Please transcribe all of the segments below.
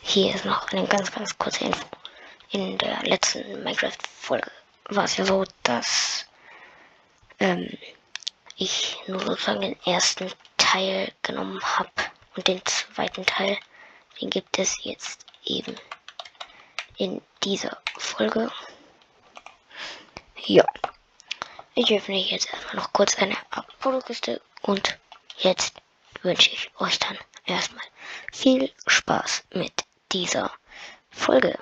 Hier ist noch eine ganz kurze Info. In der letzten Minecraft-Folge war es ja so, dass ich nur sozusagen den ersten Teil genommen habe und den zweiten Teil, den gibt es jetzt eben in dieser Folge. Ja, ich öffne jetzt erstmal noch kurz eine Produktliste und jetzt wünsche ich euch dann erstmal viel Spaß mit dieser Folge.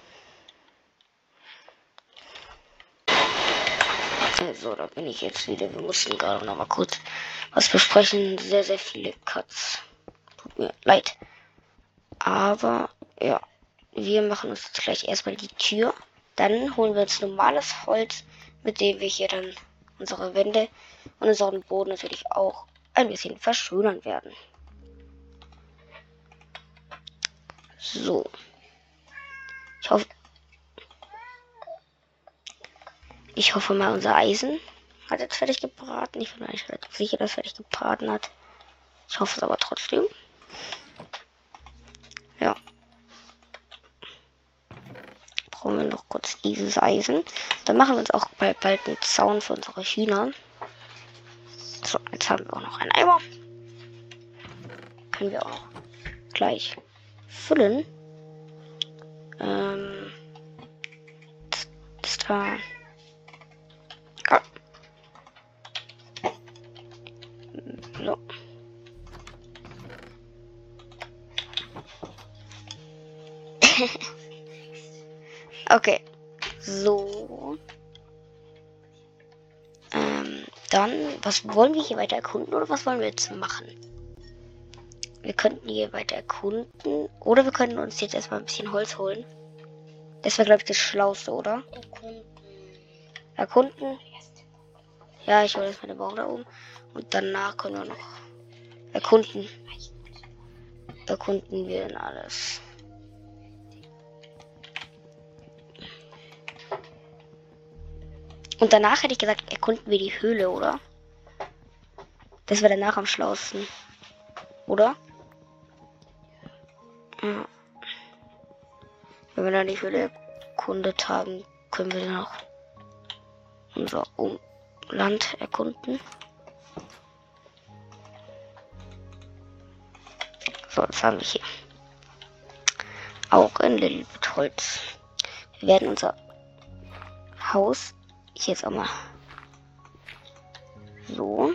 Also, da bin ich jetzt wieder. Wir mussten gerade noch mal kurz was besprechen. Sehr viele Cuts. Tut mir leid. Aber, ja. Wir machen uns jetzt gleich erstmal die Tür. Dann holen wir uns normales Holz, mit dem wir hier dann unsere Wände und unseren Boden natürlich auch ein bisschen verschönern werden. So. Ich hoffe mal, unser Eisen hat jetzt fertig gebraten. Ich bin mir nicht relativ sicher, dass es fertig gebraten hat. Ich hoffe es aber trotzdem. Ja. Brauchen wir noch kurz dieses Eisen. Dann machen wir uns auch bald einen Zaun für unsere Hühner. So, jetzt haben wir auch noch einen Eimer. Können wir auch gleich füllen. Ist da. Ja. So. Okay. So. Dann, was wollen wir hier weiter erkunden oder was wollen wir jetzt machen? Wir könnten hier weiter erkunden oder wir könnten uns jetzt erstmal ein bisschen Holz holen. Das wäre, glaube ich, das Schlauste, oder? Erkunden. Ja, ich hole erstmal den Baum da oben. Und danach können wir noch erkunden. Erkunden wir dann alles. Und danach hätte ich gesagt, erkunden wir die Höhle, oder? Das wäre danach am schlausten. Oder? Ja. Wenn wir dann die Höhle erkundet haben, können wir dann auch unser Land erkunden. So, das haben wir hier. Auch in Lilliput Holz. Wir werden unser Haus jetzt auch mal so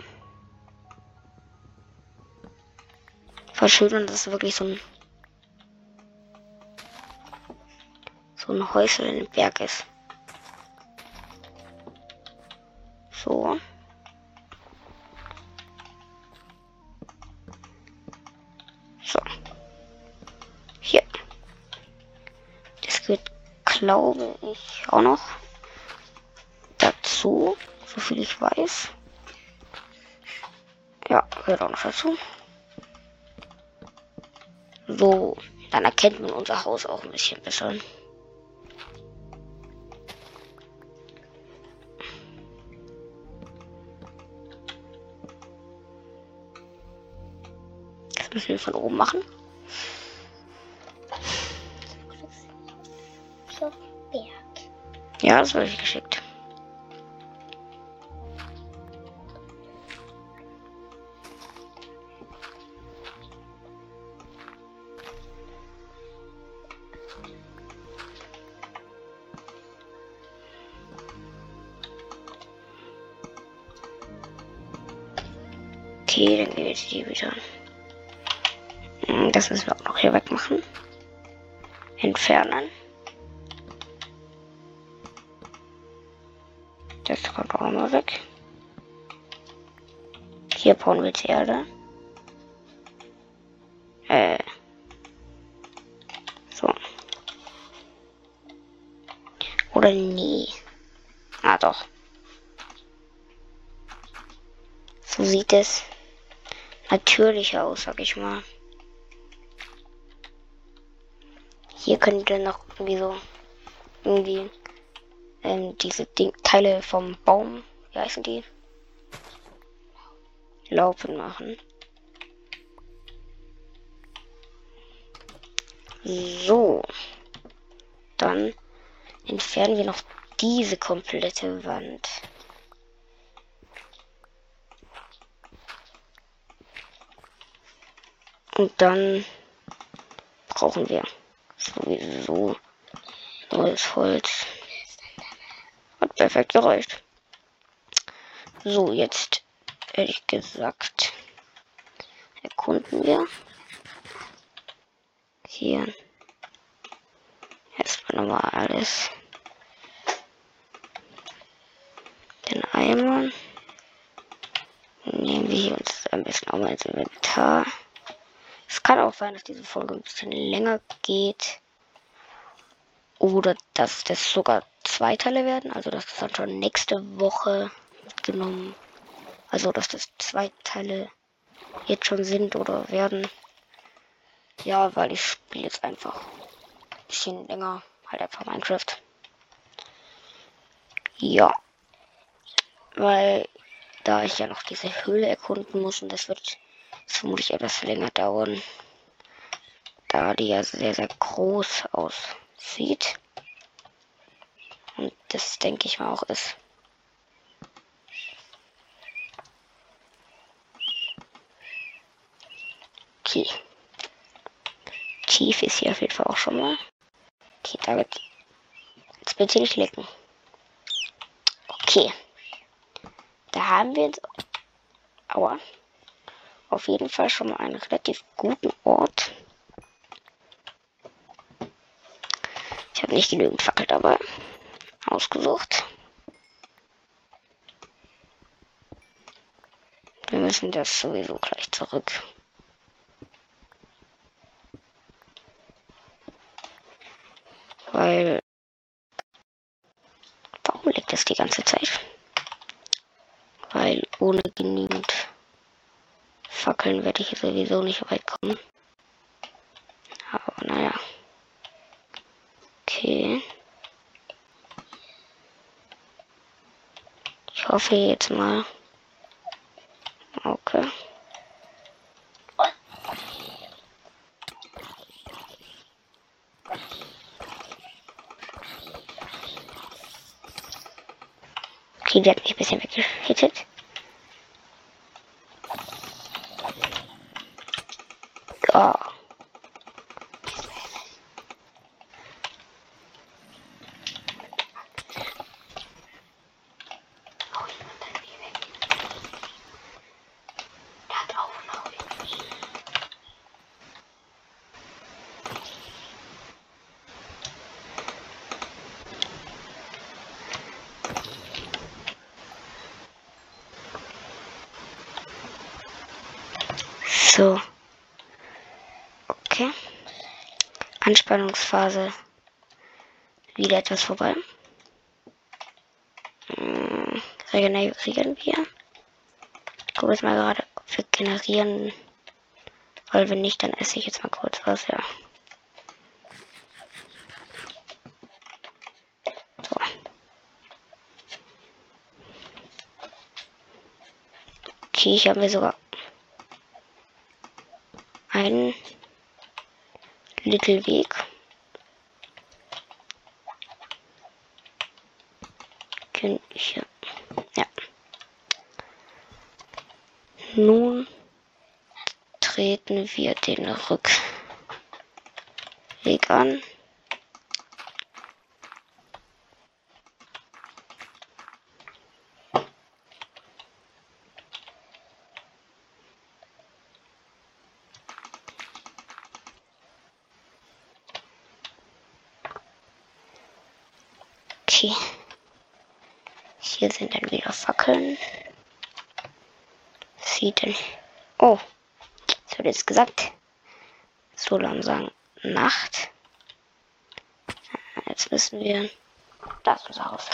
verschönern, dass es wirklich so ein Häuschen in dem Berg ist. So. So. Hier. Das wird, glaube ich, auch noch dazu, so viel ich weiß. Ja, gehört auch noch dazu. So, dann erkennt man unser Haus auch ein bisschen besser. Das müssen wir von oben machen. Ja, das habe ich geschickt. Okay, dann geht die wieder. Das müssen wir auch noch hier wegmachen. Entfernen. Das kommt auch mal weg. Hier bauen wir jetzt Erde. So. Oder nie. Ah, doch. So sieht es natürlicher aus, sag ich mal. Hier könnte noch irgendwie diese Teile vom Baum, wie heißen die? Laufen machen. So. Dann entfernen wir noch diese komplette Wand. Und dann brauchen wir sowieso neues Holz. Hat perfekt gereicht. So, jetzt ehrlich gesagt erkunden wir hier erstmal nochmal alles. Den Eimer nehmen wir hier uns ein bisschen auch mal ins Inventar. Es kann auch sein, dass diese Folge ein bisschen länger geht. Oder dass das sogar 2 Teile werden. Also dass das dann schon nächste Woche mitgenommen. Also dass das 2 Teile jetzt schon sind oder werden. Ja, weil ich spiele jetzt einfach ein bisschen länger. Halt einfach Minecraft. Ja. Weil da ich ja noch diese Höhle erkunden muss und das wird vermutlich etwas länger dauern. Da die ja sehr, sehr groß aussieht. Und das denke ich mal auch ist. Okay. Tief ist hier auf jeden Fall auch schon mal. Okay, damit. Jetzt bitte nicht lecken. Okay. Da haben wir jetzt. Aua. Auf jeden Fall schon mal einen relativ guten Ort. Ich habe nicht genügend Fackel dabei ausgesucht. Wir müssen das sowieso gleich zurück. Weil. Warum liegt das die ganze Zeit? Weil ohne genügend Fackeln werde ich sowieso nicht weit kommen. Aber naja. Okay. Ich hoffe jetzt mal. Okay. Okay, der hat mich ein bisschen weggehittet. Ja. So. Okay. Anspannungsphase. Wieder etwas vorbei. Regenerieren wir. Ich gucke jetzt mal gerade, ob wir generieren. Weil wenn nicht, dann esse ich jetzt mal kurz was, ja. So. Okay, ich habe mir sogar einen Little Weg. Hier. Ja. Nun treten wir den Rückweg an. Okay. Hier sind dann wieder Fackeln. Sieht denn. Oh. Das wird jetzt gesagt. So langsam Nacht. Jetzt müssen wir. Das ist unser Haus.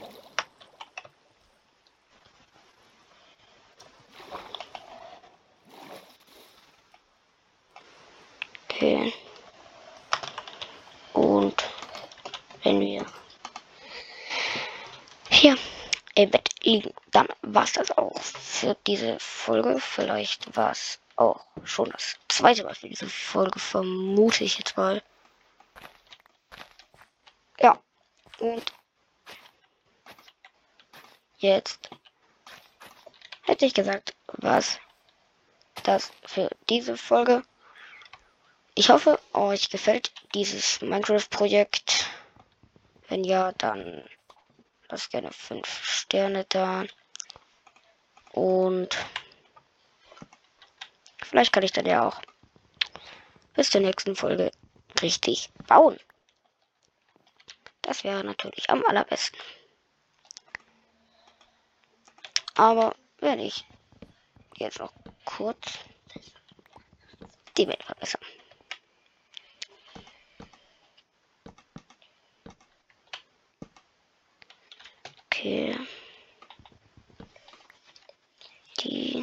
Okay. Und wenn wir hier im Bett liegen, dann war es das auch für diese Folge. Vielleicht war es auch schon das zweite Mal für diese Folge, vermute ich jetzt mal. Und jetzt hätte ich gesagt, was das für diese Folge. Ich hoffe, euch gefällt dieses Minecraft-Projekt. Wenn ja, dann lasst gerne 5 Sterne da. Und vielleicht kann ich dann ja auch bis zur nächsten Folge richtig bauen. Das wäre natürlich am allerbesten. Aber wenn ich jetzt noch kurz die Welt verbessern. Okay. Die.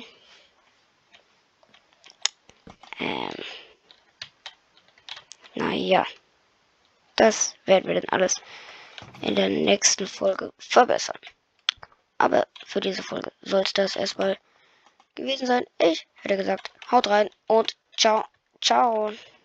Naja. Das werden wir dann alles in der nächsten Folge verbessern. Aber für diese Folge soll es das erstmal gewesen sein. Ich hätte gesagt, haut rein und ciao, ciao.